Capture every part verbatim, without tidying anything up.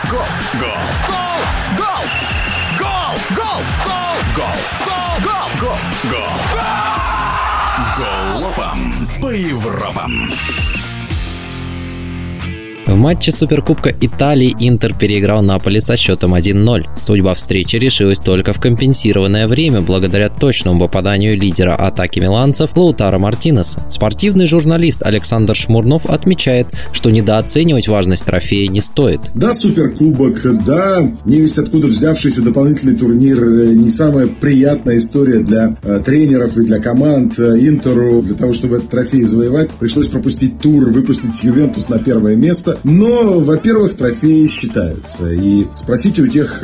Гол! Гол! Гол! Гол! Гол! Гол! Гол! Гол! Гол! Гол! Голлопом по Европам. В матче Суперкубка Италии Интер переиграл Наполи со счетом один ноль. Судьба встречи решилась только в компенсированное время благодаря точному попаданию лидера атаки миланцев Лаутаро Мартинеса. Спортивный журналист Александр Шмурнов отмечает, что недооценивать важность трофея не стоит. Да, Суперкубок, да, невесть откуда взявшийся дополнительный турнир, не самая приятная история для э, тренеров и для команд. Интеру для того, чтобы этот трофей завоевать, пришлось пропустить тур, выпустить Ювентус на первое место. Но, во-первых, трофеи считаются. И спросите у тех,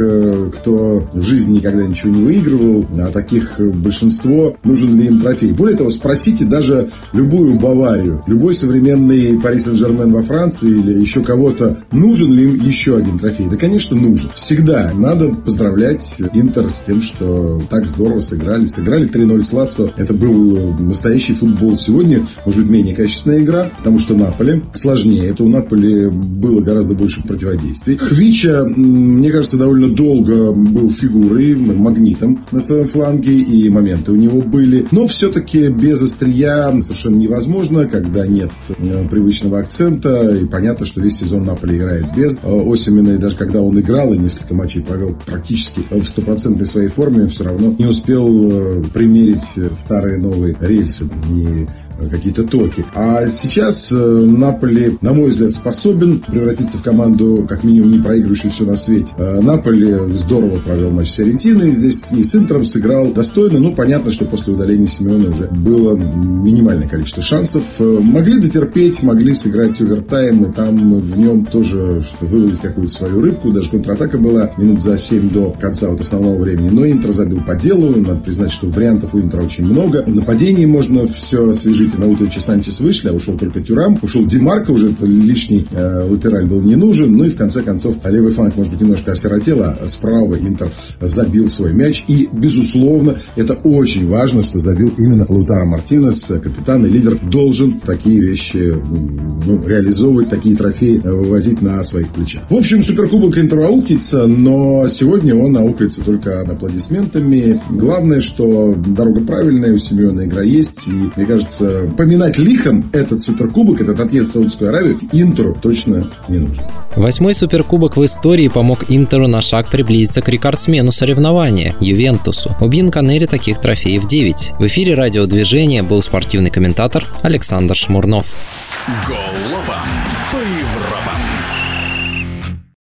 кто в жизни никогда ничего не выигрывал, а таких большинство, нужен ли им трофей. Более того, спросите даже любую Баварию, любой современный Пари Сен-Жермен во Франции или еще кого-то, нужен ли им еще один трофей. Да, конечно, нужен. Всегда надо поздравлять Интер с тем, что так здорово сыграли. Сыграли три ноль с Лацио. Это был настоящий футбол. Сегодня, может быть, менее качественная игра, потому что Наполи сложнее. Это у Наполи было гораздо больше противодействий. Хвича, мне кажется, довольно долго был фигурой, магнитом на своем фланге, и моменты у него были. Но все-таки без острия совершенно невозможно, когда нет привычного акцента. И понятно, что весь сезон Наполи играет без Осимена. И даже когда он играл и несколько матчей провел практически в стопроцентной своей форме, все равно не успел примерить старые новые рельсы и какие-то токи. А сейчас Наполи, на мой взгляд, способен превратиться в команду, как минимум, не проигрывающую все на свете. Наполи здорово провел матч с Фиорентиной, здесь и с Интером сыграл достойно. Ну, понятно, что после удаления Симеона уже было минимальное количество шансов. Могли дотерпеть, могли сыграть овертайм, и там в нем тоже выловить какую-то свою рыбку. Даже контратака была минут за семь до конца вот основного времени. Но Интер забил по делу. Надо признать, что вариантов у Интера очень много. В нападении можно все освежить. Наутович и Санчес вышли, а ушел только Тюрам. Ушел Ди Марко, уже лишний э, латераль был не нужен. Ну и в конце концов левый фланг, может быть, немножко осиротел, а справа Интер забил свой мяч. И, безусловно, это очень важно, что забил именно Лаутаро Мартинес. Капитан и лидер должен такие вещи ну, реализовывать, такие трофеи вывозить на своих плечах. В общем, Суперкубок Интеру аукается, но сегодня он аукается только аплодисментами. Главное, что дорога правильная, у Симеона игра есть. И, мне кажется, поминать лихом этот Суперкубок, этот отъезд в Саудовскую Аравию, Интеру точно не нужно. Восьмой Суперкубок в истории помог Интеру на шаг приблизиться к рекордсмену соревнования – Ювентусу. У Бьянконери таких трофеев девять. В эфире радиодвижения был спортивный комментатор Александр Шмурнов. Голлопом.